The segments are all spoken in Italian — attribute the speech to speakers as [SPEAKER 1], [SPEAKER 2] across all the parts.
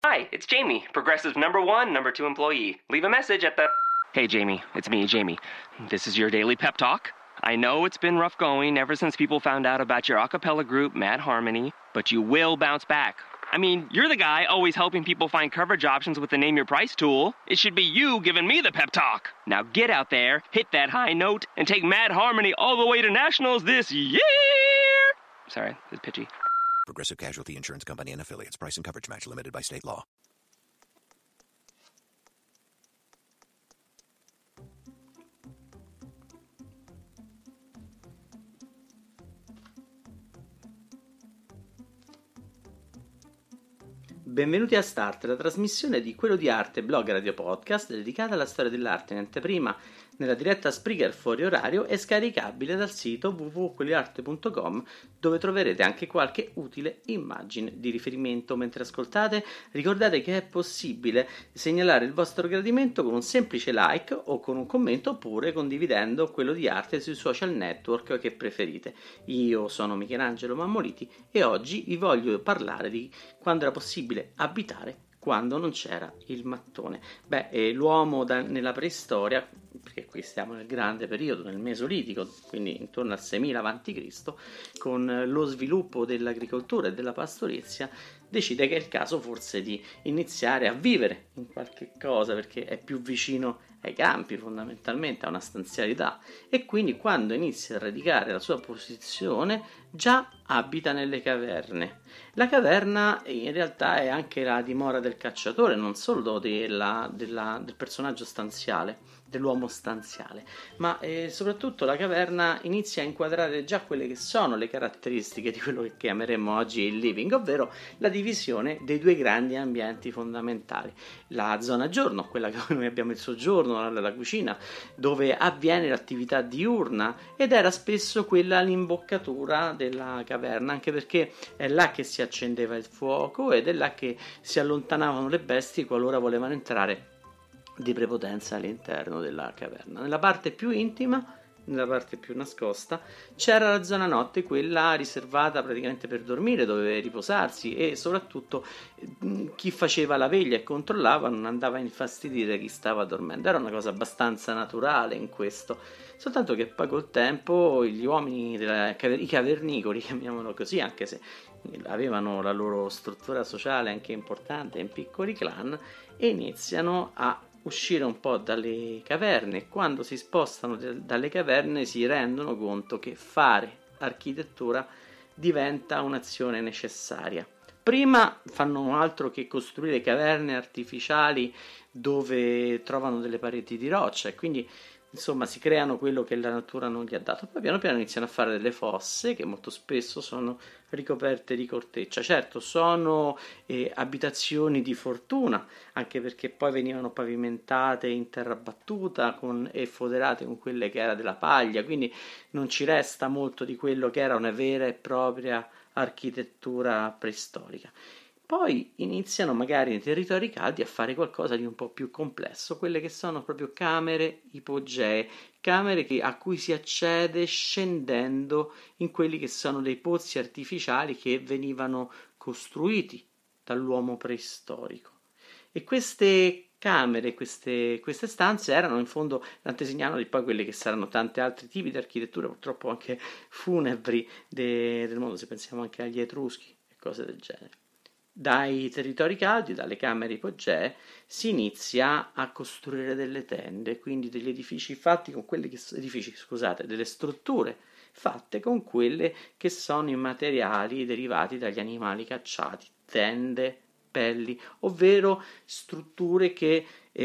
[SPEAKER 1] Hi, it's Jamie, Progressive number 2 employee. Leave a message at the... Hey, Jamie, it's me, Jamie. This is your daily pep talk. I know it's been rough going ever since people found out about your a cappella group, Mad Harmony, but you will bounce back. I mean, you're the guy always helping people find coverage options with the Name Your Price tool. It should be you giving me the pep talk. Now get out there, hit that high note, and take Mad Harmony all the way to nationals this year! Sorry, it's pitchy.
[SPEAKER 2] Progressive Casualty Insurance Company and Affiliates. Price and coverage match limited by state law.
[SPEAKER 3] Benvenuti a Start, la trasmissione di Quello di Arte, blog e radio podcast dedicata alla storia dell'arte in anteprima, nella diretta Spreaker fuori orario e scaricabile dal sito www.quellodiarte.com, dove troverete anche qualche utile immagine di riferimento. Mentre ascoltate, ricordate che è possibile segnalare il vostro gradimento con un semplice like o con un commento, oppure condividendo Quello di Arte sui social network che preferite. Io sono Michelangelo Mammoliti e oggi vi voglio parlare di quando era possibile abitare quando non c'era il mattone. L'uomo nella preistoria, perché qui stiamo nel grande periodo, nel Mesolitico, quindi intorno al 6000 a.C., con lo sviluppo dell'agricoltura e della pastorizia, decide che è il caso forse di iniziare a vivere in qualche cosa, perché è più vicino ai campi, fondamentalmente a una stanzialità, e quindi quando inizia a radicare la sua posizione già abita nelle caverne. La caverna in realtà è anche la dimora del cacciatore, non solo del personaggio stanziale, dell'uomo stanziale, ma soprattutto la caverna inizia a inquadrare già quelle che sono le caratteristiche di quello che chiameremo oggi il living, ovvero la divisione dei due grandi ambienti fondamentali: la zona giorno, quella che noi abbiamo il soggiorno, la cucina, dove avviene l'attività diurna, ed era spesso quella l'imboccatura della caverna, anche perché è là che si accendeva il fuoco ed è là che si allontanavano le bestie qualora volevano entrare di prepotenza all'interno della caverna. Nella parte più intima, nella parte più nascosta, c'era la zona notte, quella riservata praticamente per dormire, dove riposarsi, e soprattutto chi faceva la veglia e controllava non andava a infastidire chi stava dormendo. Era una cosa abbastanza naturale in questo, soltanto che poi col tempo gli uomini, i cavernicoli, chiamiamolo così, anche se avevano la loro struttura sociale anche importante in piccoli clan, e iniziano a uscire un po' dalle caverne, e quando si spostano dalle caverne si rendono conto che fare architettura diventa un'azione necessaria. Prima fanno altro che costruire caverne artificiali dove trovano delle pareti di roccia, e quindi insomma si creano quello che la natura non gli ha dato. Poi piano piano iniziano a fare delle fosse che molto spesso sono ricoperte di corteccia. Certo, sono abitazioni di fortuna, anche perché poi venivano pavimentate in terra battuta e foderate con quelle che era della paglia, quindi non ci resta molto di quello che era una vera e propria architettura preistorica. Poi iniziano magari nei territori caldi a fare qualcosa di un po' più complesso, quelle che sono proprio camere ipogee, camere a cui si accede scendendo in quelli che sono dei pozzi artificiali che venivano costruiti dall'uomo preistorico. E queste camere, queste stanze erano in fondo l'antesignano di poi quelle che saranno tanti altri tipi di architettura, purtroppo anche funebri del mondo, se pensiamo anche agli Etruschi e cose del genere. Dai territori caldi, dalle camere ipogee, si inizia a costruire delle tende, quindi degli edifici fatti con delle strutture fatte con quelle che sono i materiali derivati dagli animali cacciati, tende, pelli, ovvero strutture che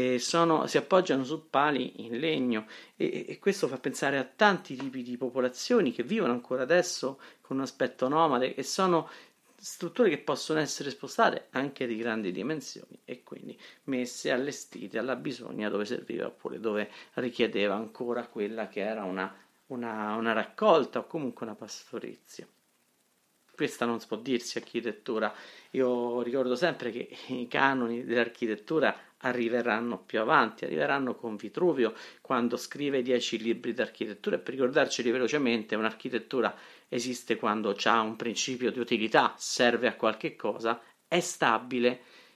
[SPEAKER 3] si appoggiano su pali in legno, e questo fa pensare a tanti tipi di popolazioni che vivono ancora adesso con un aspetto nomade, e sono strutture che possono essere spostate anche di grandi dimensioni e quindi messe, allestite alla bisogna dove serviva, oppure dove richiedeva ancora quella che era una raccolta o comunque una pastorizia. Questa non si può dirsi architettura. Io ricordo sempre che i canoni dell'architettura arriveranno più avanti, arriveranno con Vitruvio quando scrive 10 libri d'architettura, e per ricordarceli velocemente, un'architettura esiste quando ha un principio di utilità, serve a qualche cosa, è stabile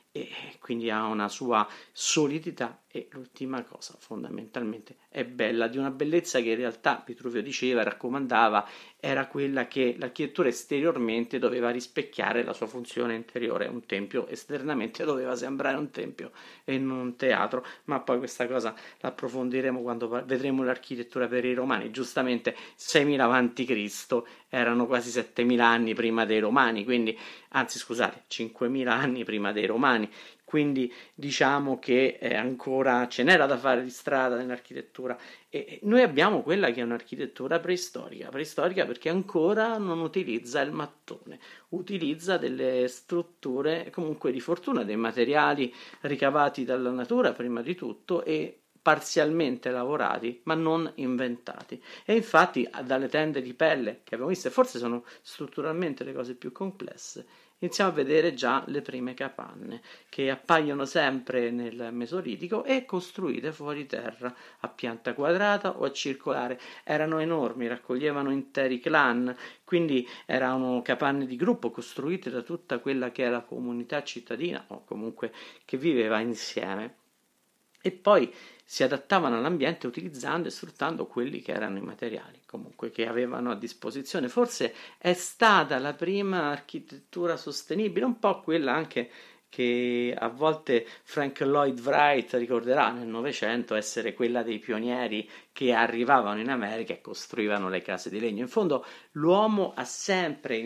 [SPEAKER 3] e quindi ha una sua solidità. E l'ultima cosa fondamentalmente è bella, di una bellezza che in realtà Vitruvio diceva, raccomandava, era quella che l'architettura esteriormente doveva rispecchiare la sua funzione interiore. Un tempio esternamente doveva sembrare un tempio e non un teatro, ma poi questa cosa la approfondiremo quando vedremo l'architettura per i Romani. Giustamente 6.000 avanti Cristo erano quasi 7.000 anni prima dei Romani, quindi anzi scusate, 5.000 anni prima dei Romani, quindi diciamo che ancora ce n'era da fare di strada nell'architettura, e noi abbiamo quella che è un'architettura preistorica perché ancora non utilizza il mattone, utilizza delle strutture comunque di fortuna, dei materiali ricavati dalla natura prima di tutto e parzialmente lavorati ma non inventati. E infatti dalle tende di pelle che abbiamo visto, forse sono strutturalmente le cose più complesse, iniziamo a vedere già le prime capanne che appaiono sempre nel Mesolitico e costruite fuori terra a pianta quadrata o a circolare. Erano enormi, raccoglievano interi clan, quindi erano capanne di gruppo costruite da tutta quella che è la comunità cittadina o comunque che viveva insieme, e poi si adattavano all'ambiente utilizzando e sfruttando quelli che erano i materiali comunque che avevano a disposizione. Forse è stata la prima architettura sostenibile, un po' quella anche che a volte Frank Lloyd Wright ricorderà nel Novecento essere quella dei pionieri che arrivavano in America e costruivano le case di legno. In fondo l'uomo ha sempre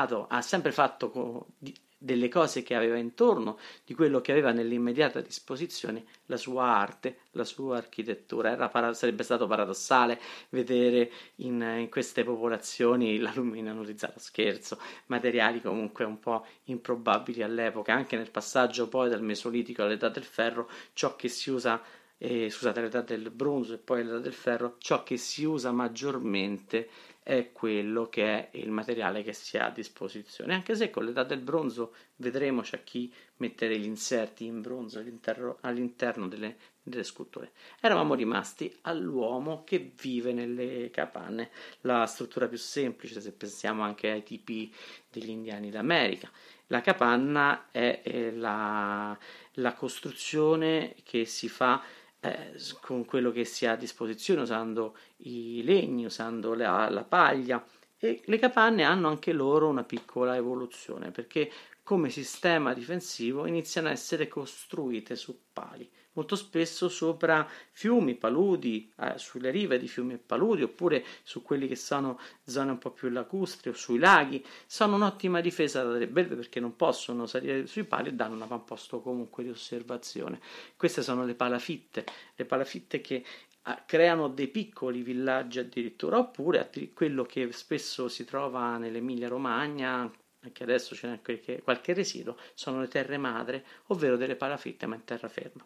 [SPEAKER 3] fatto delle cose che aveva intorno, di quello che aveva nell'immediata disposizione, la sua arte, la sua architettura. Sarebbe stato paradossale vedere in queste popolazioni la lumina non utilizzata, scherzo, materiali comunque un po' improbabili all'epoca. Anche nel passaggio poi dal Mesolitico all'età del ferro, ciò che si usa all'età del bronzo e poi all'età del ferro, ciò che si usa maggiormente è quello che è il materiale che si ha a disposizione, anche se con l'età del bronzo vedremo c'è chi mettere gli inserti in bronzo all'interno delle sculture. Eravamo rimasti all'uomo che vive nelle capanne, la struttura più semplice se pensiamo anche ai tipi degli indiani d'America. La capanna è la costruzione che si fa con quello che si ha a disposizione, usando i legni, usando la paglia, e le capanne hanno anche loro una piccola evoluzione perché come sistema difensivo iniziano a essere costruite su pali, molto spesso sopra fiumi, paludi, sulle rive di fiumi e paludi, oppure su quelli che sono zone un po' più lacustri o sui laghi. Sono un'ottima difesa dalle belve perché non possono salire sui pali e danno un avamposto comunque di osservazione. Queste sono le palafitte che creano dei piccoli villaggi addirittura, oppure quello che spesso si trova nell'Emilia Romagna, anche adesso c'è anche qualche residuo, sono le terre madre, ovvero delle palafitte ma in terraferma.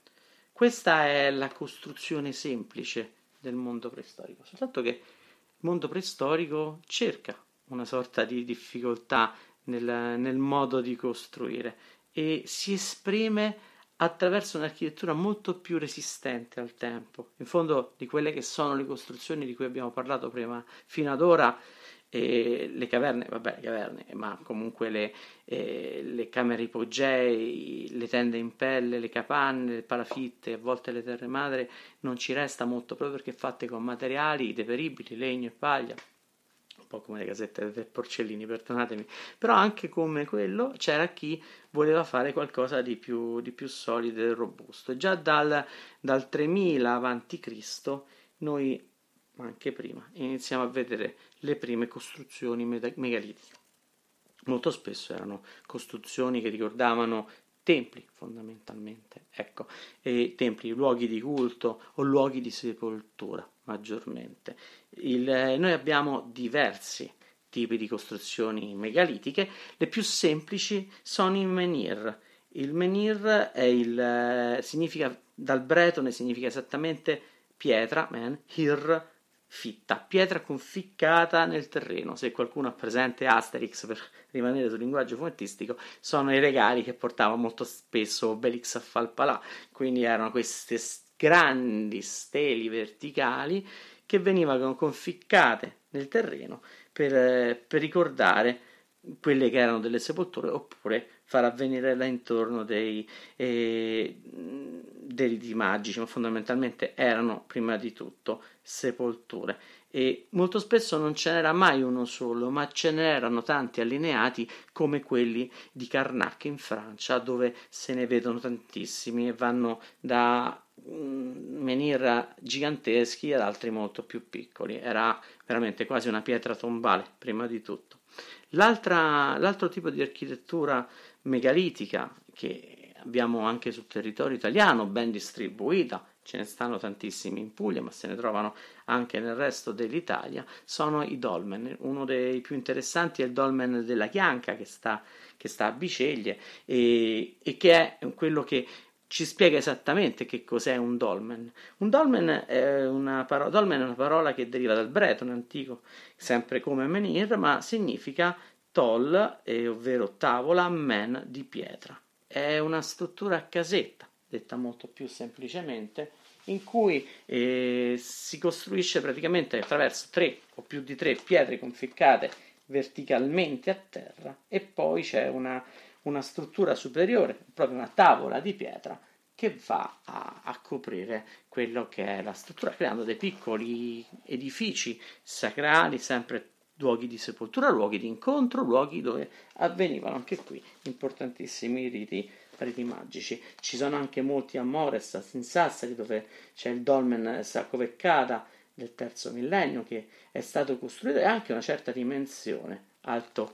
[SPEAKER 3] Questa è la costruzione semplice del mondo preistorico, soltanto che il mondo preistorico cerca una sorta di difficoltà nel modo di costruire e si esprime attraverso un'architettura molto più resistente al tempo. In fondo di quelle che sono le costruzioni di cui abbiamo parlato prima fino ad ora, le caverne, ma comunque le camere ipogei, le tende in pelle, le capanne, le palafitte, a volte le terre madre, non ci resta molto proprio perché fatte con materiali deperibili, legno e paglia, un po' come le casette del Porcellini, perdonatemi, però anche come quello c'era chi voleva fare qualcosa di più solido e robusto. Già dal 3000 a.C. noi, ma anche prima, iniziamo a vedere le prime costruzioni megalitiche. Molto spesso erano costruzioni che ricordavano templi, fondamentalmente, templi, luoghi di culto o luoghi di sepoltura, maggiormente. Noi abbiamo diversi tipi di costruzioni megalitiche. Le più semplici sono i menhir. Il menhir significa, dal bretone significa esattamente pietra, hir, fitta, pietra conficcata nel terreno. Se qualcuno ha presente Asterix, per rimanere sul linguaggio fumettistico, sono i regali che portava molto spesso Obelix a Falpalà, quindi erano queste grandi steli verticali che venivano conficcate nel terreno per ricordare quelle che erano delle sepolture, oppure far avvenire là intorno dei riti magici, ma fondamentalmente erano prima di tutto sepolture. E molto spesso non ce n'era mai uno solo, ma ce n'erano tanti allineati come quelli di Carnac in Francia, dove se ne vedono tantissimi e vanno da menhir giganteschi ad altri molto più piccoli. Era veramente quasi una pietra tombale prima di tutto. L'altro tipo di architettura megalitica che abbiamo anche sul territorio italiano, ben distribuita, ce ne stanno tantissimi in Puglia, ma se ne trovano anche nel resto dell'Italia, sono i dolmen. Uno dei più interessanti è il dolmen della Chianca, che sta a Biceglie, e che è quello che ci spiega esattamente che cos'è un dolmen. Un dolmen è una parola che deriva dal bretone antico, sempre come menhir, ma significa tol, ovvero tavola, men di pietra. È una struttura a casetta, detta molto più semplicemente, in cui si costruisce praticamente attraverso 3 o più di 3 pietre conficcate verticalmente a terra, e poi c'è una struttura superiore, proprio una tavola di pietra, che va a coprire quello che è la struttura, creando dei piccoli edifici sacrali, sempre luoghi di sepoltura, luoghi di incontro, luoghi dove avvenivano anche qui importantissimi riti magici. Ci sono anche molti a Mores, in Sassari, dove c'è il dolmen Saccoveccata del III millennio, che è stato costruito e ha anche una certa dimensione, alto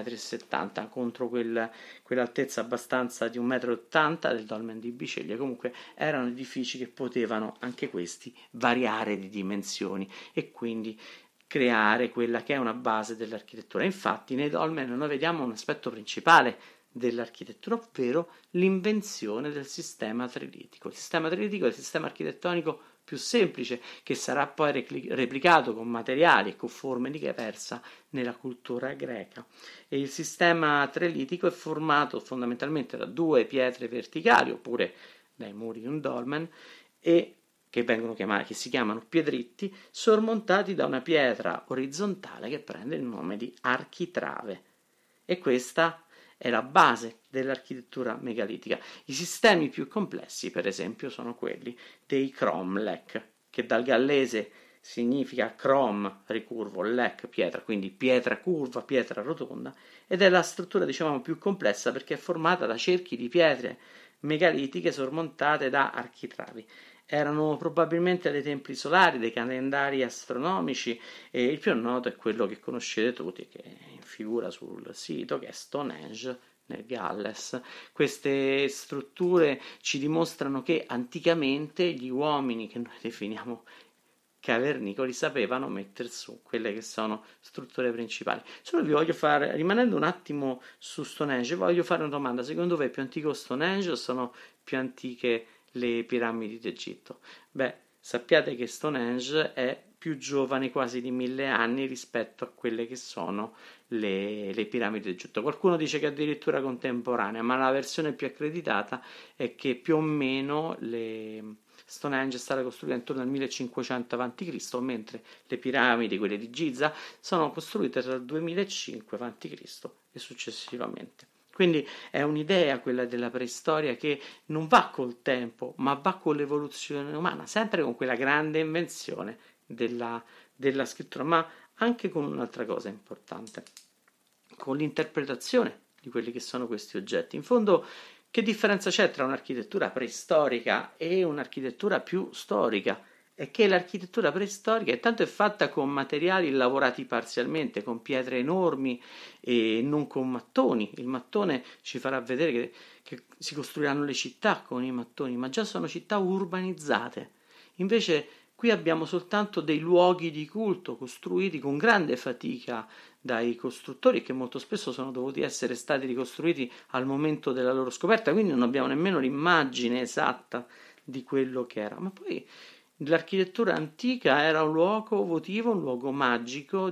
[SPEAKER 3] 2,70 m, contro quell'altezza abbastanza di 1,80 m del dolmen di Biceglie. Comunque erano edifici che potevano anche questi variare di dimensioni e quindi creare quella che è una base dell'architettura. Infatti nei dolmen noi vediamo un aspetto principale dell'architettura, ovvero l'invenzione del sistema trilitico. Il sistema trilitico è il sistema architettonico più semplice, che sarà poi replicato con materiali e con forme diverse nella cultura greca. E il sistema trilitico è formato fondamentalmente da 2 pietre verticali, oppure dai muri di un dolmen, e che si chiamano piedritti, sormontati da una pietra orizzontale che prende il nome di architrave. E questa è la base dell'architettura megalitica. I sistemi più complessi, per esempio, sono quelli dei cromlech, che dal gallese significa crom, ricurvo, lech, pietra, quindi pietra curva, pietra rotonda, ed è la struttura, diciamo, più complessa perché è formata da cerchi di pietre megalitiche sormontate da architravi. Erano probabilmente dei templi solari, dei calendari astronomici, e il più noto è quello che conoscete tutti, che figura sul sito, che è Stonehenge nel Galles. Queste strutture ci dimostrano che anticamente gli uomini, che noi definiamo cavernicoli, sapevano mettere su quelle che sono strutture principali. Solo vi voglio fare, rimanendo un attimo su Stonehenge, voglio fare una domanda: secondo voi è più antico Stonehenge o sono più antiche le piramidi d'Egitto? Beh, sappiate che Stonehenge è più giovane quasi di 1000 anni rispetto a quelle che sono le piramidi d'Egitto. Qualcuno dice che addirittura contemporanea, ma la versione più accreditata è che più o meno Stonehenge è stata costruita intorno al 1500 a.C., mentre le piramidi, quelle di Giza, sono costruite tra il 2005 a.C. e successivamente. Quindi è un'idea, quella della preistoria, che non va col tempo, ma va con l'evoluzione umana, sempre con quella grande invenzione della scrittura, ma anche con un'altra cosa importante, con l'interpretazione di quelli che sono questi oggetti. In fondo, che differenza c'è tra un'architettura preistorica e un'architettura più storica? È che l'architettura preistorica intanto è fatta con materiali lavorati parzialmente, con pietre enormi e non con mattoni. Il mattone ci farà vedere che si costruiranno le città con i mattoni, ma già sono città urbanizzate. Invece qui abbiamo soltanto dei luoghi di culto costruiti con grande fatica dai costruttori, che molto spesso sono dovuti essere stati ricostruiti al momento della loro scoperta, quindi non abbiamo nemmeno l'immagine esatta di quello che era. Ma poi l'architettura antica era un luogo votivo, un luogo magico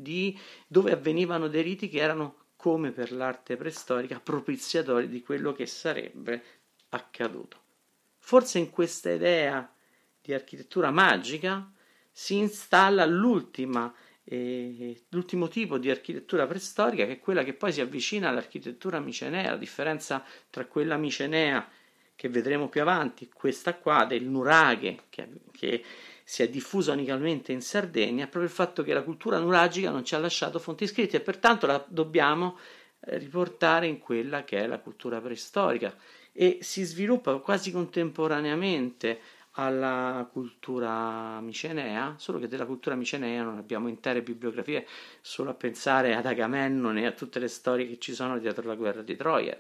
[SPEAKER 3] dove avvenivano dei riti che erano, come per l'arte preistorica, propiziatori di quello che sarebbe accaduto. Forse in questa idea di architettura magica si installa l'ultima e l'ultimo tipo di architettura preistorica, che è quella che poi si avvicina all'architettura micenea. La differenza tra quella micenea che vedremo più avanti, questa qua del nuraghe, che si è diffusa unicamente in Sardegna, è proprio il fatto che la cultura nuragica non ci ha lasciato fonti scritte e pertanto la dobbiamo riportare in quella che è la cultura preistorica, e si sviluppa quasi contemporaneamente alla cultura micenea, solo che della cultura micenea non abbiamo intere bibliografie, solo a pensare ad Agamennone e a tutte le storie che ci sono dietro la guerra di Troia,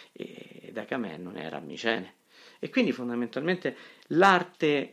[SPEAKER 3] ed Agamennone era micene. E quindi fondamentalmente l'arte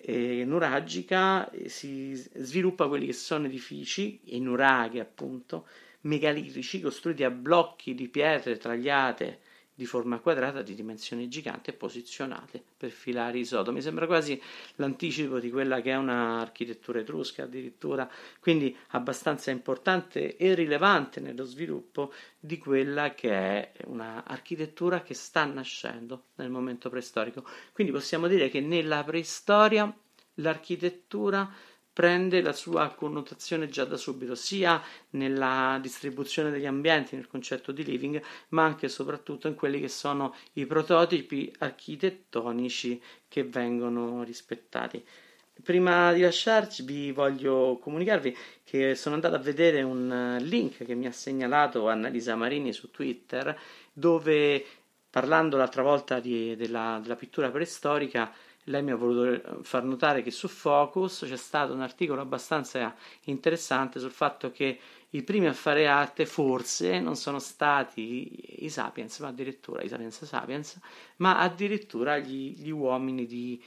[SPEAKER 3] nuragica si sviluppa quelli che sono edifici, i nuraghe appunto, megalitici, costruiti a blocchi di pietre tagliate di forma quadrata, di dimensioni giganti e posizionate per filari isotopi. Mi sembra quasi l'anticipo di quella che è un'architettura etrusca addirittura, quindi abbastanza importante e rilevante nello sviluppo di quella che è un'architettura che sta nascendo nel momento preistorico. Quindi possiamo dire che nella preistoria l'architettura prende la sua connotazione già da subito, sia nella distribuzione degli ambienti, nel concetto di living, ma anche e soprattutto in quelli che sono i prototipi architettonici che vengono rispettati. Prima di lasciarci vi voglio comunicarvi che sono andato a vedere un link che mi ha segnalato Annalisa Marini su Twitter, dove, parlando l'altra volta della pittura preistorica, lei mi ha voluto far notare che su Focus c'è stato un articolo abbastanza interessante sul fatto che i primi a fare arte forse non sono stati i Sapiens, ma addirittura i Sapiens Sapiens, ma addirittura gli uomini di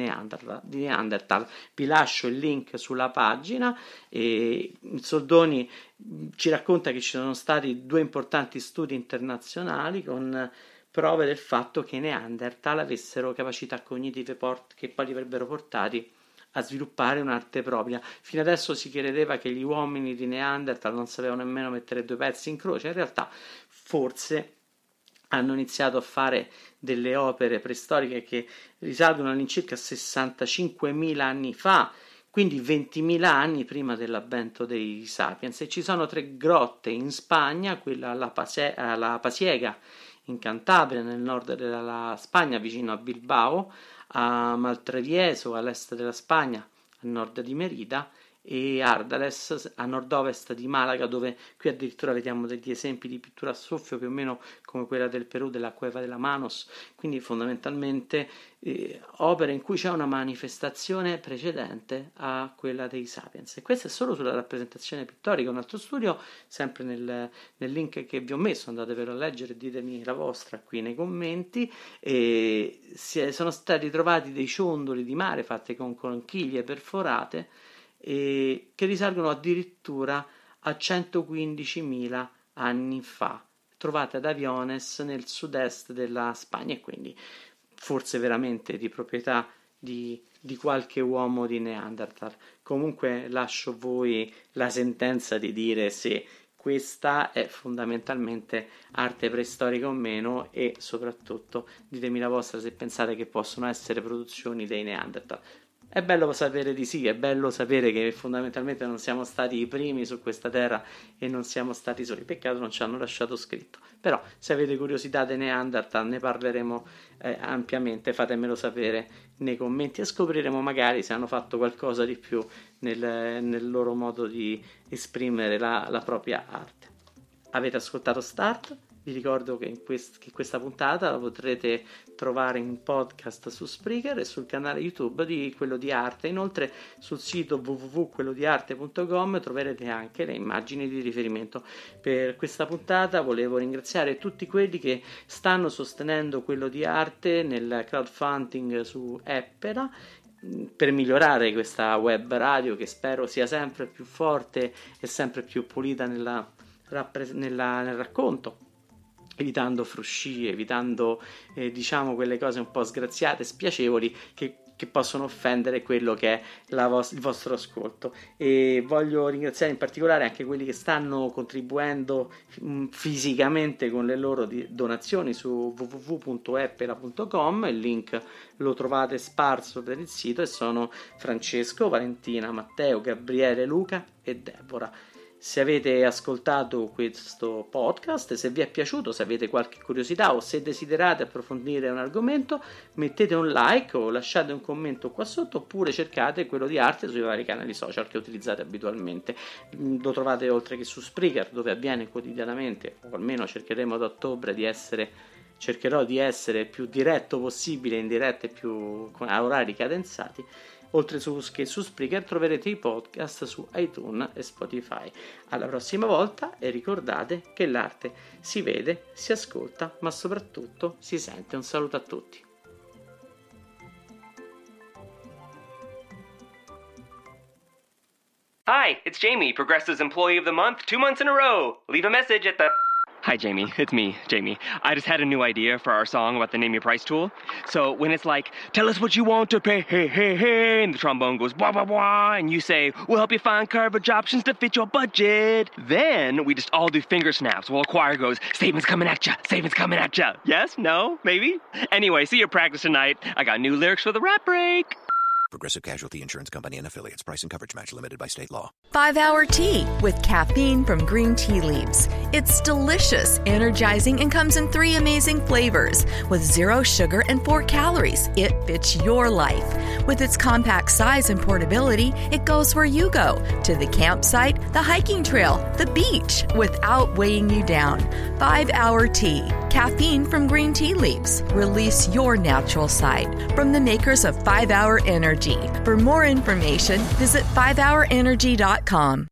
[SPEAKER 3] Neanderthal. Vi lascio il link sulla pagina, e Soldoni ci racconta che ci sono stati 2 importanti studi internazionali con prove del fatto che i Neanderthal avessero capacità cognitive che poi li avrebbero portati a sviluppare un'arte propria. Fino adesso si credeva che gli uomini di Neanderthal non sapevano nemmeno mettere 2 pezzi in croce, in realtà forse hanno iniziato a fare delle opere preistoriche che risalgono all'incirca 65.000 anni fa, quindi 20.000 anni prima dell'avvento dei Sapiens, e ci sono 3 grotte in Spagna, quella alla Pasiega in Cantabria, nel nord della Spagna, vicino a Bilbao, a Maltravieso, all'est della Spagna, a nord di Merida, e Ardales a nord-ovest di Malaga, dove qui addirittura vediamo degli esempi di pittura a soffio più o meno come quella del Perù, della Cueva de la Manos, quindi fondamentalmente opere in cui c'è una manifestazione precedente a quella dei Sapiens. E questo è solo sulla rappresentazione pittorica. Un altro studio, sempre nel link che vi ho messo, andatevelo a leggere e ditemi la vostra qui nei commenti, sono stati trovati dei ciondoli di mare fatti con conchiglie perforate, che risalgono addirittura a 115.000 anni fa, trovate ad Aviones nel sud-est della Spagna, e quindi forse veramente di proprietà di qualche uomo di Neanderthal. Comunque lascio voi la sentenza di dire se questa è fondamentalmente arte preistorica o meno, e soprattutto ditemi la vostra se pensate che possono essere produzioni dei Neanderthal. È bello sapere di sì, è bello sapere che fondamentalmente non siamo stati i primi su questa terra e non siamo stati soli. Peccato non ci hanno lasciato scritto. Però se avete curiosità dei Neanderthal ne parleremo ampiamente, fatemelo sapere nei commenti e scopriremo magari se hanno fatto qualcosa di più nel loro modo di esprimere la propria arte. Avete ascoltato Start? Vi ricordo che questa puntata la potrete trovare in podcast su Spreaker e sul canale YouTube di Quello di Arte. Inoltre sul sito www.quellodiarte.com troverete anche le immagini di riferimento. Per questa puntata volevo ringraziare tutti quelli che stanno sostenendo Quello di Arte nel crowdfunding su Eppera, per migliorare questa web radio che spero sia sempre più forte e sempre più pulita nel racconto, evitando fruscie, evitando quelle cose un po' sgraziate, spiacevoli, che possono offendere quello che è il vostro ascolto. E voglio ringraziare in particolare anche quelli che stanno contribuendo fisicamente con le loro donazioni su www.eppera.com. il link lo trovate sparso per il sito, e sono Francesco, Valentina, Matteo, Gabriele, Luca e Deborah. se avete ascoltato questo podcast, se vi è piaciuto, se avete qualche curiosità o se desiderate approfondire un argomento, mettete un like o lasciate un commento qua sotto, oppure cercate Quello di Arte sui vari canali social che utilizzate abitualmente. Lo trovate oltre che su Spreaker, dove avviene quotidianamente, o almeno cercheremo ad ottobre cercherò di essere più diretto possibile, in dirette più a orari cadenzati. Oltre che su Spreaker troverete i podcast su iTunes e Spotify. Alla prossima volta, e ricordate che l'arte si vede, si ascolta, ma soprattutto si sente. Un saluto a tutti.
[SPEAKER 1] Hi, it's Jamie, Progressive's Employee of the Month, 2 months in a row. Leave a message at the... Hi, Jamie. It's me, Jamie. I just had a new idea for our song about the Name Your Price tool. So when it's like, tell us what you want to pay, hey, hey, hey, and the trombone goes, blah, blah, blah, and you say, we'll help you find coverage options to fit your budget. Then we just all do finger snaps while a choir goes, statements coming at ya, statements coming at ya. Yes? No? Maybe? Anyway, see you at practice tonight. I got new lyrics for the rap break.
[SPEAKER 2] Progressive Casualty Insurance Company and Affiliates. Price and coverage match limited by state law.
[SPEAKER 4] 5-Hour Tea with caffeine from green tea leaves. It's delicious, energizing, and comes in 3 amazing flavors. With 0 sugar and 4 calories, it fits your life. With its compact size and portability, it goes where you go. To the campsite, the hiking trail, the beach, without weighing you down. 5-Hour Tea. Caffeine from green tea leaves. Release your natural side. From the makers of 5-Hour Energy. For more information, visit 5hourenergy.com.